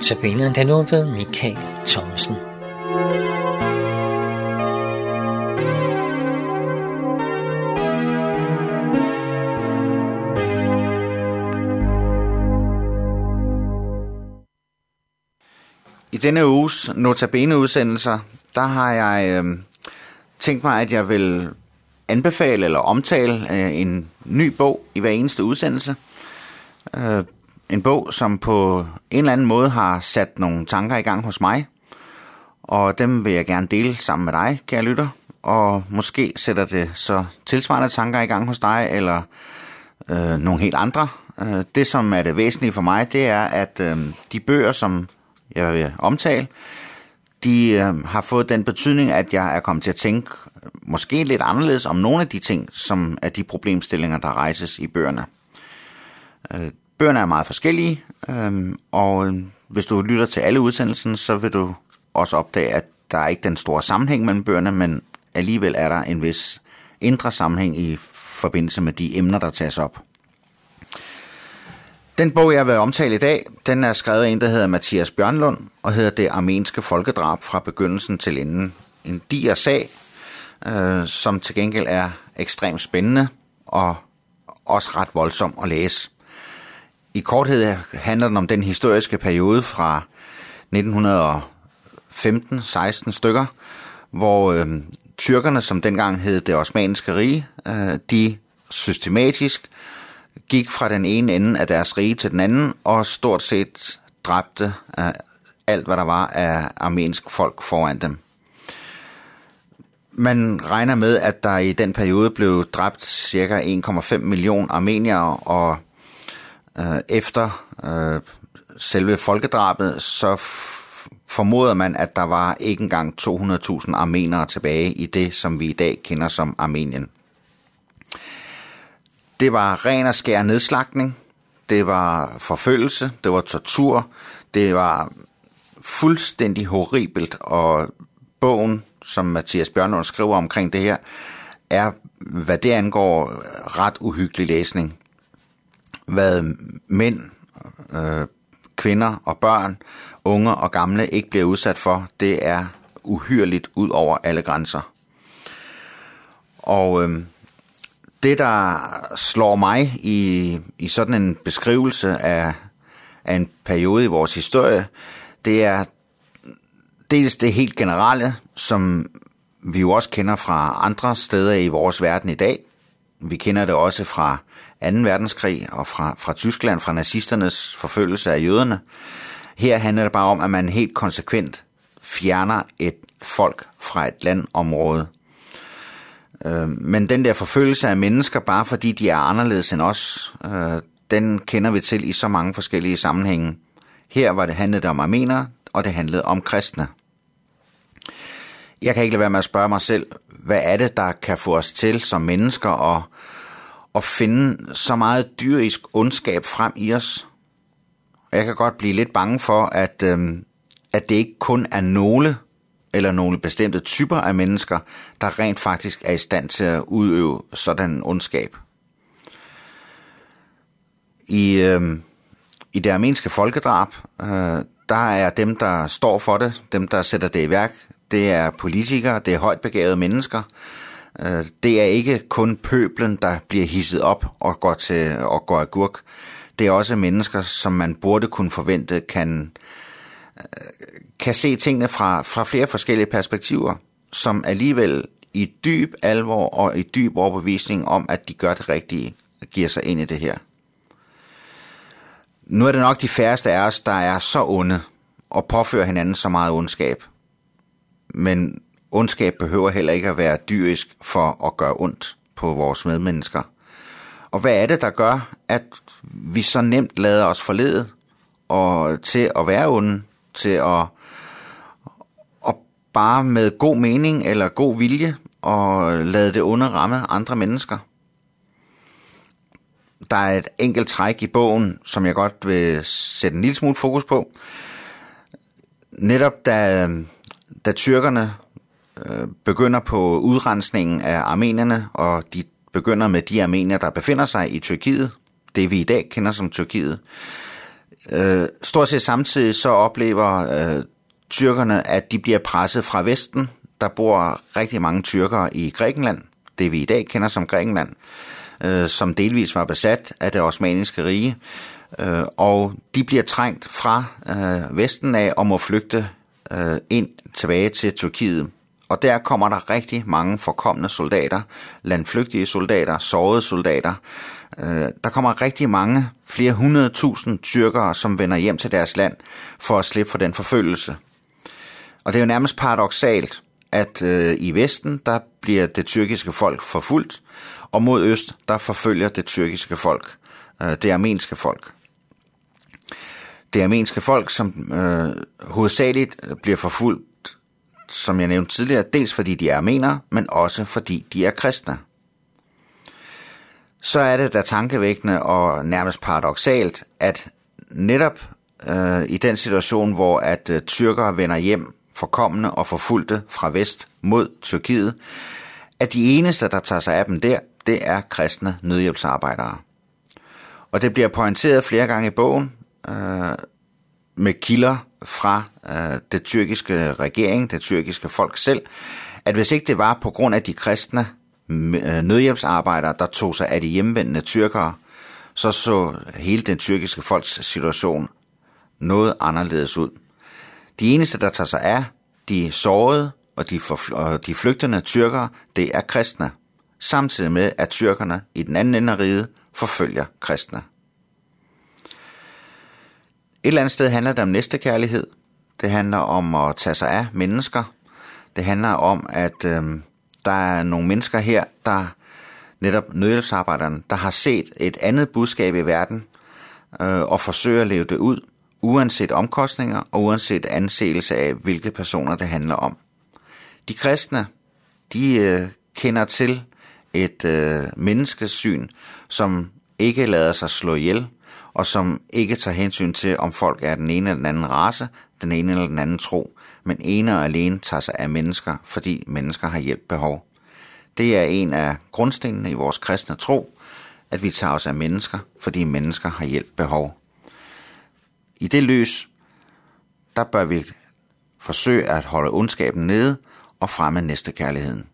Notabene den nu ved Michael Thomsen. I denne uges Notabene-udsendelser, der har jeg tænkt mig, at jeg vil anbefale eller omtale en ny bog i hver eneste udsendelse. En bog, som på en eller anden måde har sat nogle tanker i gang hos mig, og dem vil jeg gerne dele sammen med dig, kære lytter, og måske sætter det så tilsvarende tanker i gang hos dig, eller nogle helt andre. Det, som er det væsentlige for mig, det er, at de bøger, som jeg vil omtale, de har fået den betydning, at jeg er kommet til at tænke måske lidt anderledes om nogle af de ting, som er de problemstillinger, der rejses i bøgerne. Bøgerne er meget forskellige, og hvis du lytter til alle udsendelsen, så vil du også opdage, at der er ikke den store sammenhæng mellem bøgerne, men alligevel er der en vis indre sammenhæng i forbindelse med de emner, der tages op. Den bog, jeg vil omtale i dag, den er skrevet af en, der hedder Mathias Bjørnlund, og hedder Det armenske folkedrab fra begyndelsen til enden. En diger sag, som til gengæld er ekstremt spændende og også ret voldsom at læse. I korthed handler den om den historiske periode fra 1915-16 stykker, hvor tyrkerne, som dengang hed det osmanniske rige, de systematisk gik fra den ene ende af deres rige til den anden, og stort set dræbte alt, hvad der var af armensk folk foran dem. Man regner med, at der i den periode blev dræbt ca. 1,5 millioner armeniere, og efter selve folkedrabet, så formoder man, at der var ikke engang 200.000 armenere tilbage i det, som vi i dag kender som Armenien. Det var ren og skær nedslagtning, det var forfølgelse, det var tortur, det var fuldstændig horribelt, og bogen, som Mathias Bjørnlund skriver omkring det her, er, hvad det angår, ret uhyggelig læsning. Hvad mænd, kvinder og børn, unge og gamle ikke bliver udsat for, det er uhyrligt ud over alle grænser. Og det, der slår mig i sådan en beskrivelse af en periode i vores historie, det er dels det helt generelle, som vi jo også kender fra andre steder i vores verden i dag. Vi kender det også fra 2. verdenskrig og fra Tyskland, fra nazisternes forfølgelse af jøderne. Her handler det bare om, at man helt konsekvent fjerner et folk fra et landområde. Men den der forfølgelse af mennesker, bare fordi de er anderledes end os, den kender vi til i så mange forskellige sammenhænge. Her handlede det om armenere, og det handlede om kristne. Jeg kan ikke lade være med at spørge mig selv, hvad er det, der kan få os til som mennesker at finde så meget dyrisk ondskab frem i os? Og jeg kan godt blive lidt bange for, at det ikke kun er nogle eller nogle bestemte typer af mennesker, der rent faktisk er i stand til at udøve sådan en ondskab. I det armenske folkedrab, der er dem, der står for det, dem, der sætter det i værk, det er politikere, det er højt begavede mennesker. Det er ikke kun pøblen, der bliver hisset op og går agurk. Det er også mennesker, som man burde kunne forvente, kan se tingene fra flere forskellige perspektiver, som alligevel i dyb alvor og i dyb overbevisning om, at de gør det rigtige, giver sig ind i det her. Nu er det nok de færreste af os, der er så onde og påfører hinanden så meget ondskab. Men ondskab behøver heller ikke at være dyrisk for at gøre ondt på vores medmennesker. Og hvad er det, der gør, at vi så nemt lader os forlede og til at være onde, til at bare med god mening eller god vilje og lade det onde ramme andre mennesker? Der er et enkelt træk i bogen, som jeg godt vil sætte en lille smule fokus på. Netop da tyrkerne begynder på udrensningen af armenierne, og de begynder med de armenier, der befinder sig i Tyrkiet, det vi i dag kender som Tyrkiet, Stort set samtidig så oplever tyrkerne, at de bliver presset fra Vesten. Der bor rigtig mange tyrkere i Grækenland, det vi i dag kender som Grækenland, som delvis var besat af det osmanniske rige, og de bliver trængt fra Vesten af og må flygte ind tilbage til Tyrkiet. Og der kommer der rigtig mange forkomne soldater, landflygtige soldater, sårede soldater. Der kommer rigtig mange, flere 100.000 tyrkere, som vender hjem til deres land for at slippe for den forfølgelse. Og det er jo nærmest paradoksalt, at i Vesten, der bliver det tyrkiske folk forfulgt, og mod øst, der forfølger det tyrkiske folk, det armenske folk. Det armenske folk, som hovedsageligt bliver forfulgt, som jeg nævnte tidligere, dels fordi de er armenere, men også fordi de er kristne. Så er det da tankevækkende og nærmest paradoksalt, at netop i den situation, hvor at tyrkere vender hjem forkomne og forfulgte fra vest mod Tyrkiet, at de eneste, der tager sig af dem der, det er kristne nødhjælpsarbejdere. Og det bliver pointeret flere gange i bogen med kilder fra det tyrkiske regering, det tyrkiske folk selv, at hvis ikke det var på grund af de kristne nødhjælpsarbejdere, der tog sig af de hjemvendende tyrkere, så hele den tyrkiske folks situation noget anderledes ud. De eneste, der tager sig af de sårede og de flygtende tyrkere, det er kristne, samtidig med, at tyrkerne i den anden ende af riget forfølger kristne. Et eller andet sted handler det om næstekærlighed. Det handler om at tage sig af mennesker. Det handler om, at der er nogle mennesker her, der netop nødhjælpsarbejderne, der har set et andet budskab i verden og forsøger at leve det ud, uanset omkostninger og uanset anseelse af, hvilke personer det handler om. De kristne, de kender til et menneskesyn, som ikke lader sig slå ihjel, og som ikke tager hensyn til, om folk er den ene eller den anden race, den ene eller den anden tro, men ene og alene tager sig af mennesker, fordi mennesker har hjælpbehov. Det er en af grundstenene i vores kristne tro, at vi tager os af mennesker, fordi mennesker har hjælpbehov. I det lys, der bør vi forsøge at holde ondskaben nede og fremme næstekærligheden.